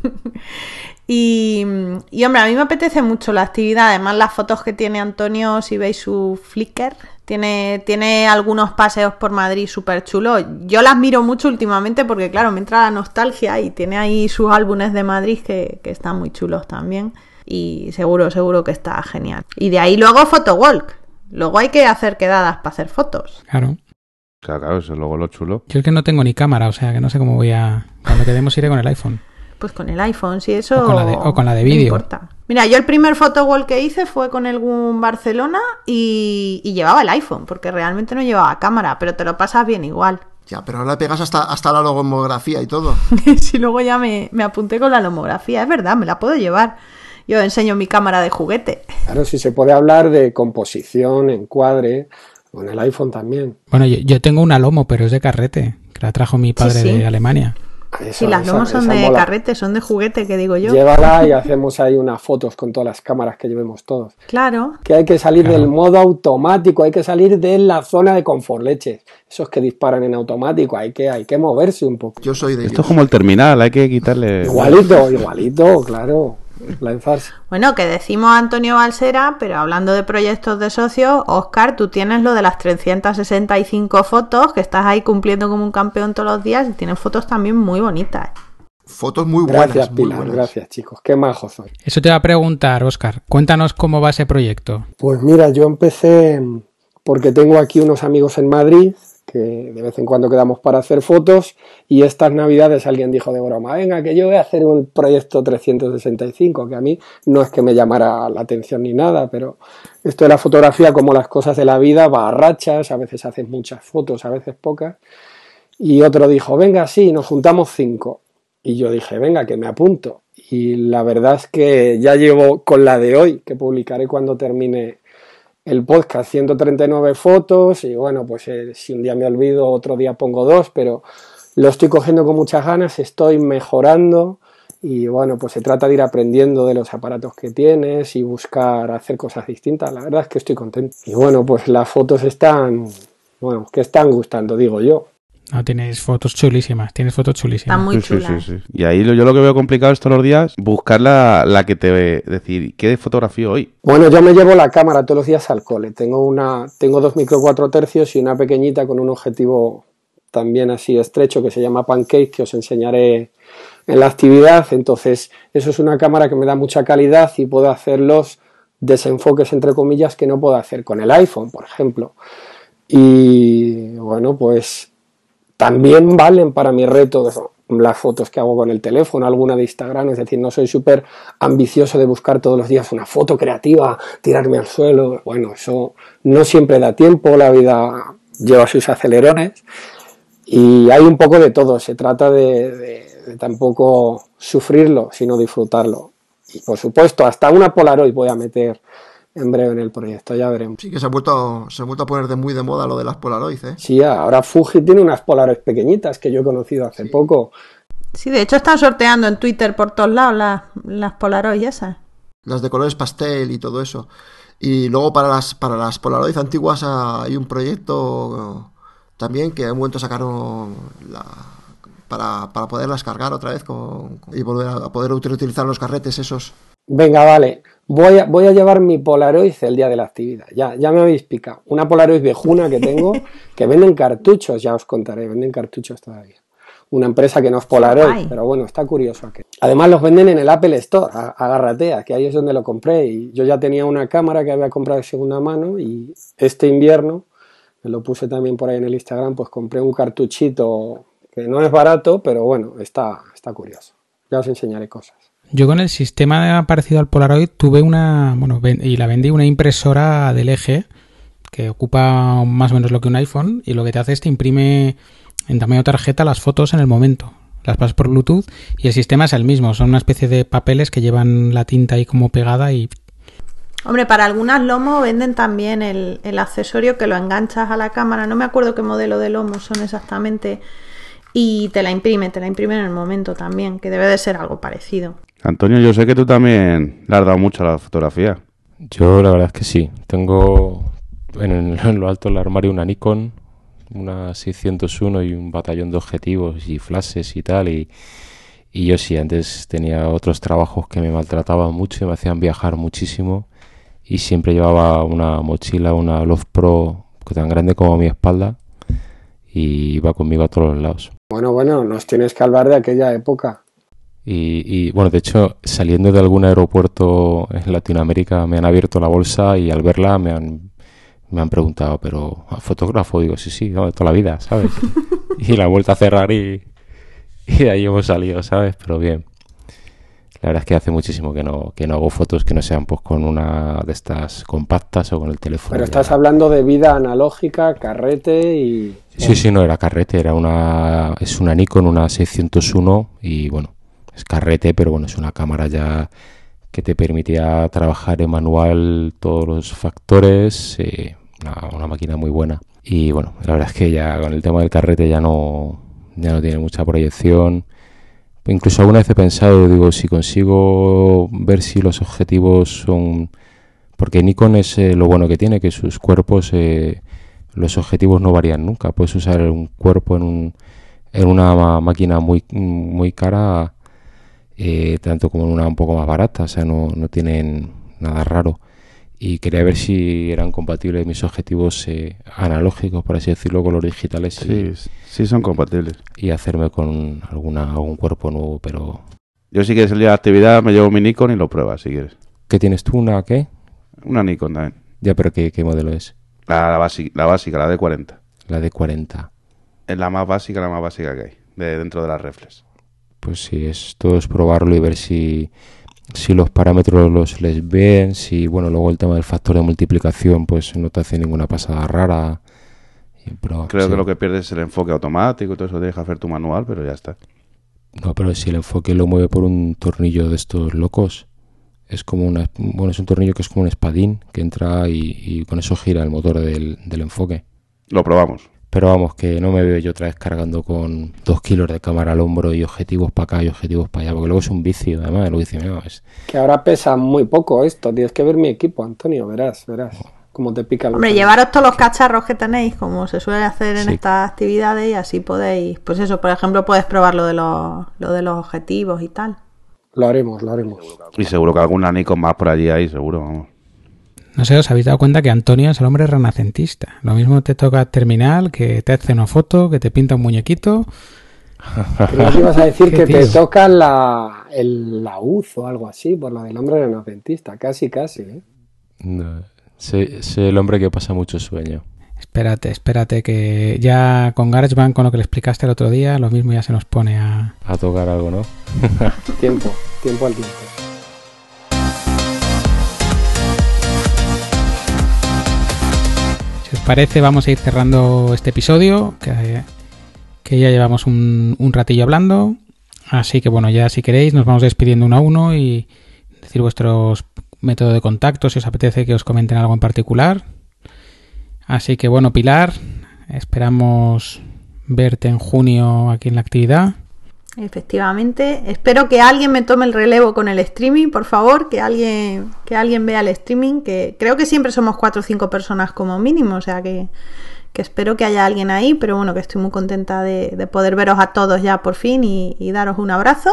y, y hombre, a mí me apetece mucho la actividad. Además las fotos que tiene Antonio, si veis su Flickr, tiene, tiene algunos paseos por Madrid súper chulos. Yo las miro mucho últimamente porque claro, me entra la nostalgia y tiene ahí sus álbumes de Madrid que, que están muy chulos también. Y seguro, seguro que está genial. Y de ahí luego photowalk. Luego hay que hacer quedadas para hacer fotos. Claro. Claro, claro, eso es luego lo chulo. Yo es que no tengo ni cámara, o sea que no sé cómo voy a... Cuando quedemos iré con el iPhone. Pues con el iPhone, si eso... O con la de- o con la de no vídeo. importa. Mira, yo el primer photowall que hice fue con el Gun Barcelona y, y llevaba el iPhone, porque realmente no llevaba cámara, pero te lo pasas bien igual. Ya, pero ahora le pegas hasta, hasta la logomografía y todo. Si luego ya me, me apunté con la lomografía, es verdad, me la puedo llevar. Yo enseño mi cámara de juguete. Claro, si se puede hablar de composición, encuadre, con el iPhone también. Bueno, yo, yo tengo una Lomo, pero es de carrete, que la trajo mi padre Sí, sí. de Alemania. Esa, Si las esa- lomos son esa de mola. carrete, son de juguete, que digo yo. Llévala y hacemos ahí unas fotos con todas las cámaras que llevemos todos. Claro. Que hay que salir Claro. del modo automático, hay que salir de la zona de confort leches. Esos que disparan en automático, hay que, hay que moverse un poco. Yo soy de Esto ellos. es como el terminal, hay que quitarle... Igualito, igualito, claro. Lanzarse. Bueno, que decimos Antonio Balsera, pero hablando de proyectos de socios, Óscar, tú tienes lo de las trescientas sesenta y cinco fotos, que estás ahí cumpliendo como un campeón todos los días y tienes fotos también muy bonitas. Fotos muy buenas. Gracias, muy Pilar, buenas. gracias, chicos. Qué majos sois. Eso te va a preguntar, Óscar. Cuéntanos cómo va ese proyecto. Pues mira, yo empecé porque tengo aquí unos amigos en Madrid que de vez en cuando quedamos para hacer fotos, y estas navidades alguien dijo de broma, venga, que yo voy a hacer un proyecto trescientos sesenta y cinco, que a mí no es que me llamara la atención ni nada, pero esto de la fotografía, como las cosas de la vida, va a rachas, a veces haces muchas fotos, a veces pocas, y otro dijo, venga, sí, nos juntamos cinco, y yo dije, venga, que me apunto, y la verdad es que ya llevo con la de hoy, que publicaré cuando termine el podcast, ciento treinta y nueve fotos, y bueno, pues eh, si un día me olvido, otro día pongo dos, pero lo estoy cogiendo con muchas ganas, estoy mejorando, y bueno, pues se trata de ir aprendiendo de los aparatos que tienes y buscar hacer cosas distintas. La verdad es que estoy contento. Y bueno, pues las fotos están, bueno, que están gustando, digo yo. No, tienes fotos chulísimas, tienes fotos chulísimas. Están muy Sí, chulas. sí, sí, sí. Y ahí lo- yo lo que veo complicado es todos los días buscar la, la que te ve, decir, ¿qué fotografía hoy? Bueno, yo me llevo la cámara todos los días al cole. Tengo una, tengo dos micro cuatro tercios y una pequeñita con un objetivo también así estrecho que se llama Pancake, que os enseñaré en la actividad. Entonces, eso es una cámara que me da mucha calidad y puedo hacer los desenfoques, entre comillas, que no puedo hacer con el iPhone, por ejemplo. Y bueno, pues también valen para mi reto las fotos que hago con el teléfono, alguna de Instagram, es decir, no soy súper ambicioso de buscar todos los días una foto creativa, tirarme al suelo, bueno, eso no siempre da tiempo, la vida lleva sus acelerones y hay un poco de todo, se trata de, de, de tampoco sufrirlo, sino disfrutarlo. Y por supuesto, hasta una Polaroid voy a meter en breve en el proyecto, ya veremos. Sí, que se ha vuelto, se ha vuelto a poner de muy de moda lo de las Polaroid, ¿eh? Sí, ahora Fuji tiene unas Polaroid pequeñitas que yo he conocido hace Sí. poco. Sí, de hecho están sorteando en Twitter por todos lados las, las Polaroid esas. Las de colores pastel y todo eso. Y luego para las para las Polaroid antiguas ah, hay un proyecto también que en un momento sacaron la, para, para poderlas cargar otra vez con, con- y volver a poder utilizar los carretes esos. Venga, vale, voy a, voy a llevar mi Polaroid el día de la actividad. Ya, ya me habéis picado. Una Polaroid viejuna que tengo, que venden cartuchos, ya os contaré, venden cartuchos todavía. Una empresa que no es Polaroid, Guay. pero bueno, está curioso aquello. Además los venden en el Apple Store, a- agárrate, que ahí es donde lo compré. Y yo ya tenía una cámara que había comprado de segunda mano y este invierno, que lo puse también por ahí en el Instagram, pues compré un cartuchito que no es barato, pero bueno, está, está curioso. Ya os enseñaré cosas. Yo con el sistema parecido al Polaroid tuve una, bueno, ven- y la vendí, una impresora del L G que ocupa más o menos lo que un iPhone y lo que te hace es te imprime en tamaño tarjeta las fotos en el momento. Las pasas por Bluetooth y el sistema es el mismo. Son una especie de papeles que llevan la tinta ahí como pegada y... Hombre, para algunas lomos venden también el, el accesorio que lo enganchas a la cámara. No me acuerdo qué modelo de lomo son exactamente. Y te la imprime, te la imprime en el momento también, que debe de ser algo parecido. Antonio, yo sé que tú también le has dado mucho a la fotografía. Yo la verdad es que sí. Tengo en, el- en lo alto del armario una Nikon, una seiscientos uno y un batallón de objetivos y flashes y tal. Y, y yo sí, antes tenía otros trabajos que me maltrataban mucho y me hacían viajar muchísimo. Y siempre llevaba una mochila, una Love Pro tan grande como mi espalda y iba conmigo a todos los lados. Bueno, bueno, nos tienes que hablar de aquella época. Y, y bueno, de hecho, saliendo de algún aeropuerto en Latinoamérica me han abierto la bolsa y al verla me han, me han preguntado, ¿pero fotógrafo? Digo, sí, sí, no, de toda la vida, ¿sabes? Y la he vuelto a cerrar y, y de ahí hemos salido, ¿sabes? Pero bien. La verdad es que hace muchísimo que no, que no hago fotos que no sean pues con una de estas compactas o con el teléfono. Pero ya. estás hablando de vida analógica, carrete y... Sí, sí, no era carrete, era una, es una Nikon, una seiscientos uno y bueno, es carrete, pero bueno, es una cámara ya que te permitía trabajar en manual todos los factores, eh, una, una máquina muy buena. Y bueno, la verdad es que ya con el tema del carrete ya no, ya no tiene mucha proyección. Incluso alguna vez he pensado, digo, si consigo ver si los objetivos son... Porque Nikon es eh, lo bueno que tiene, que sus cuerpos, eh, los objetivos no varían nunca. Puedes usar un cuerpo en, un, en una ma- máquina muy, muy cara, eh, tanto como en una un poco más barata, o sea, no, no tienen nada raro. Y quería ver si eran compatibles mis objetivos eh, analógicos, por así decirlo, con los digitales Sí, y, sí son compatibles. y hacerme con alguna algún cuerpo nuevo, pero... Yo si quieres el día de la actividad me llevo mi Nikon y lo pruebas si quieres. ¿Qué tienes tú? ¿Una qué? Una Nikon también. Ya, pero ¿qué, qué modelo es? La, la, básica, la básica, la D cuarenta. La D cuarenta. Es la más básica, la más básica que hay, de dentro de las reflex. Pues sí, esto es probarlo y ver si, si los parámetros los les ven, si, bueno, luego el tema del factor de multiplicación, pues no te hace ninguna pasada rara. Y, pero, Creo sí. que lo que pierdes es el enfoque automático y todo eso, tienes que hacer tu manual, pero ya está. No, pero si el enfoque lo mueve por un tornillo de estos locos, es como una, bueno, es un tornillo que es como un espadín que entra y, y con eso gira el motor del, del enfoque. Lo probamos. Pero vamos, que no me veo yo otra vez cargando con dos kilos de cámara al hombro y objetivos para acá y objetivos para allá, porque luego es un vicio, además, lo vicio, no, es... Que ahora pesa muy poco esto, tienes que ver mi equipo, Antonio, verás, verás cómo te pica el... Hombre, ojo. llevaros todos los cacharros que tenéis, como se suele hacer en Sí. estas actividades, y así podéis, pues eso, por ejemplo, puedes probar lo de los, lo de los objetivos y tal. Lo haremos, lo haremos. Y seguro que alguna Nikon más por allí hay, seguro, vamos. No sé, os habéis dado cuenta que Antonio es el hombre renacentista. Lo mismo te toca terminal, que te hace una foto, que te pinta un muñequito. Creo que ibas a decir Qué que te tío. toca la, el laúd o algo así, por lo del hombre renacentista, casi, casi, ¿eh? No, soy, soy el hombre que pasa mucho sueño. Espérate, espérate, que ya con GarageBand, con lo que le explicaste el otro día, lo mismo ya se nos pone a... A tocar algo, ¿no? Tiempo, tiempo al tiempo. Si os parece, vamos a ir cerrando este episodio, que, que ya llevamos un, un ratillo hablando. Así que bueno, ya si queréis nos vamos despidiendo uno a uno y decir vuestros métodos de contacto, si os apetece que os comenten algo en particular. Así que bueno, Pilar, esperamos verte en junio aquí en la actividad. Efectivamente, espero que alguien me tome el relevo con el streaming, por favor, que alguien, que alguien vea el streaming, que creo que siempre somos cuatro o cinco personas como mínimo, o sea que, que espero que haya alguien ahí, pero bueno, que estoy muy contenta de, de poder veros a todos ya por fin y, y daros un abrazo.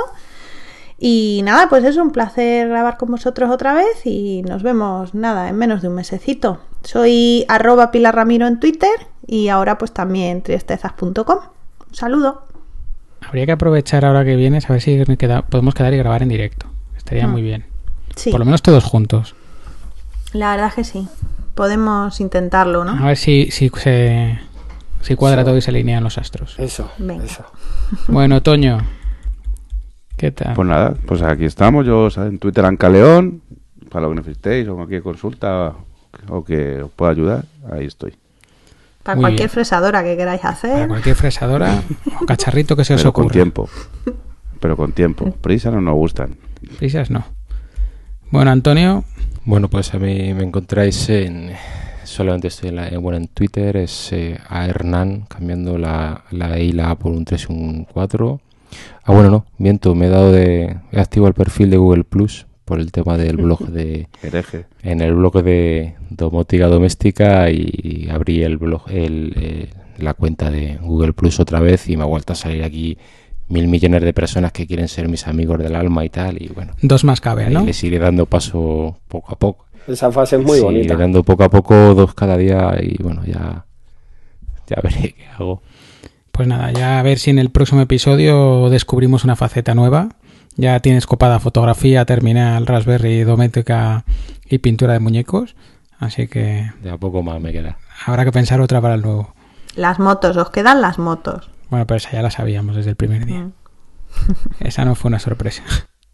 Y nada, pues eso, un placer grabar con vosotros otra vez y nos vemos, nada, en menos de un mesecito. Soy arroba Pilar Ramiro en Twitter y ahora pues también triestezas punto com. Un saludo. Habría que aprovechar ahora que vienes a ver si queda, podemos quedar y grabar en directo. Estaría Mm. muy bien. Sí, Por lo menos todos juntos. la verdad es que sí. Podemos intentarlo, ¿no? A ver si, si, se, si cuadra todo y se alinean los astros. Eso, Venga. eso. Bueno, Toño, ¿qué tal? Pues nada, pues aquí estamos, yo ¿sabes? En Twitter Ancaleón, para lo que necesitéis o cualquier consulta o que os pueda ayudar, ahí estoy. Para Muy cualquier bien. fresadora que queráis Para hacer. cualquier fresadora o cacharrito que se os Pero con ocurra. tiempo. Pero con tiempo. Prisas no nos gustan. Prisas no. Bueno, Antonio, Bueno, pues a mí me encontráis en... Solamente estoy en, la, en- bueno, en Twitter, es eh, a Hernán, cambiando la, la E y la A por un tres y un cuatro. Ah, bueno, no, miento, me he dado de... He activado el perfil de Google Plus por el tema del blog de... Hereje. En el blog de domótica doméstica y abrí el blog, el, eh, la cuenta de Google Plus otra vez y me ha vuelto a salir aquí mil millones de personas que quieren ser mis amigos del alma y tal, y bueno, dos más caben, ahí ¿no? les iré dando paso poco a poco. Esa fase es muy Sí, bonita. iré dando poco a poco, dos cada día y bueno, ya, ya veré qué hago. Pues nada, ya a ver si en el próximo episodio descubrimos una faceta nueva. Ya tienes copada fotografía, terminal, Raspberry, doméstica y pintura de muñecos. Así que Ya poco más me queda. habrá que pensar otra para el nuevo. Las motos, os quedan las motos. Bueno, pero esa ya la sabíamos desde el primer día. Mm. Esa no fue una sorpresa.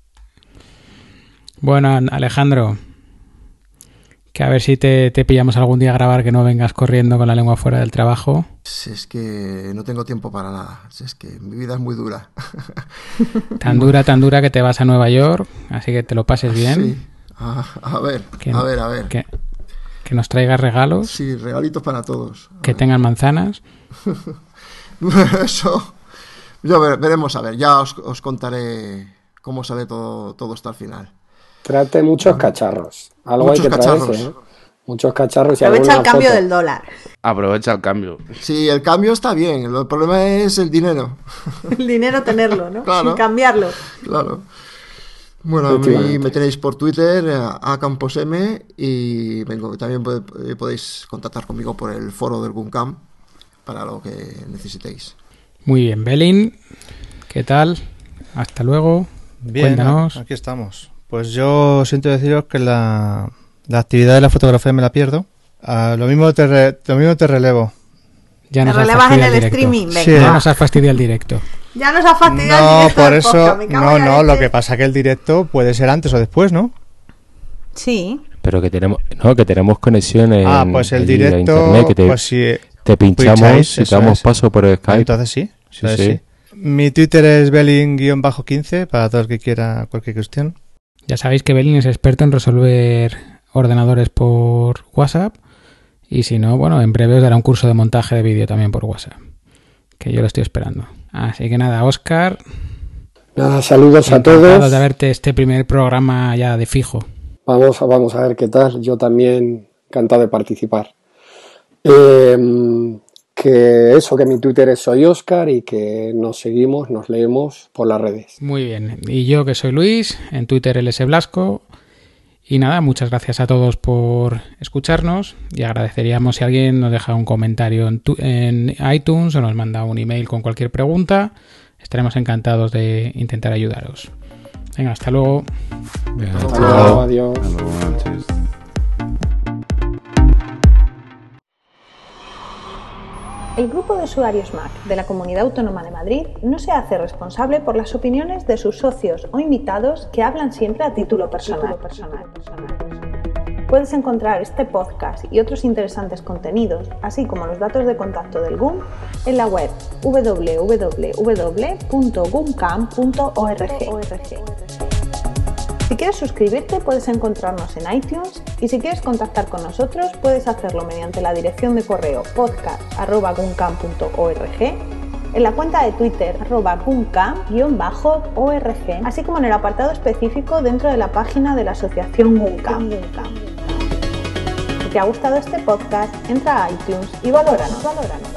Bueno, An- Alejandro, que a ver si te, te pillamos algún día a grabar, que no vengas corriendo con la lengua fuera del trabajo. Si es que no tengo tiempo para nada. Si es que mi vida es muy dura. Tan dura, tan dura que te vas a Nueva York, así que te lo pases bien. Sí. A, a ver, Que- a ver, a ver. Que, que nos traigas regalos, Sí, regalitos para todos. A que ver. tengan manzanas. Eso. Yo ver- veremos a ver. Ya os, os contaré cómo sale todo, todo hasta el final. Trate muchos cacharros. Algo Muchos hay que traerse, cacharros. ¿eh? Muchos cacharros y Aprovecha el alguna cambio foto. del dólar. Aprovecha el cambio. Sí, el cambio está bien. El problema es el dinero. El dinero tenerlo, ¿no? Claro. Sin cambiarlo. Claro. Bueno, a mí Efectivamente. me tenéis por Twitter, a a camposm, y vengo, también pod- eh, podéis contactar conmigo por el foro del Guncam para lo que necesitéis. Muy bien, Belin, ¿qué tal? Hasta luego. Bien, Cuéntanos. aquí estamos. Pues yo siento deciros que la, la actividad de la fotografía me la pierdo, Ah, lo mismo te re- lo mismo te relevo. Ya Te nos has relevas en fastidiado el directo. streaming, venga. Sí. Ya va. nos has fastidiado el directo. Ya nos ha fastidiado el No, directo por del eso, podcast, me cago no, en la no, lo leche. que pasa es que el directo puede ser antes o después, ¿no? Sí. Pero que tenemos, no, que tenemos conexión en Ah, pues el allí a directo, internet, que te, pues si te pinchamos pincháis, y eso te damos es. paso por Skype. Entonces sí, Sí, entonces sí. sí. Mi Twitter es belin quince para todo el que quiera cualquier cuestión. Ya sabéis que Belín es experto en resolver ordenadores por WhatsApp. Y si no, bueno, en breve os dará un curso de montaje de vídeo también por WhatsApp. Que yo lo estoy esperando. Así que nada, Óscar. Nada, saludos a Encantado todos. de verte este primer programa ya de fijo. Vamos, a- vamos a ver qué tal. Yo también encantado de participar. Eh, que eso, que mi Twitter es soy Óscar y que nos seguimos, nos leemos por las redes. Muy bien. Y yo que soy Luis, en Twitter L S Blasco. Y nada, muchas gracias a todos por escucharnos y agradeceríamos si alguien nos deja un comentario en, tu- en iTunes o nos manda un email con cualquier pregunta. Estaremos encantados de intentar ayudaros. Venga, hasta luego. Venga, Hasta hasta luego, luego. adiós. Hasta luego, buenas noches. El grupo de usuarios Mac de la Comunidad Autónoma de Madrid no se hace responsable por las opiniones de sus socios o invitados que hablan siempre a título personal. Puedes encontrar este podcast y otros interesantes contenidos, así como los datos de contacto del G U M, en la web doble u doble u doble u punto gumcam punto org. Si quieres suscribirte, puedes encontrarnos en iTunes, y si quieres contactar con nosotros, puedes hacerlo mediante la dirección de correo podcast arroba gumcam punto org, en la cuenta de Twitter arroba gumcam-org, así como en el apartado específico dentro de la página de la asociación GUMCAM. Si te ha gustado este podcast, entra a iTunes y valóranos. valóranos.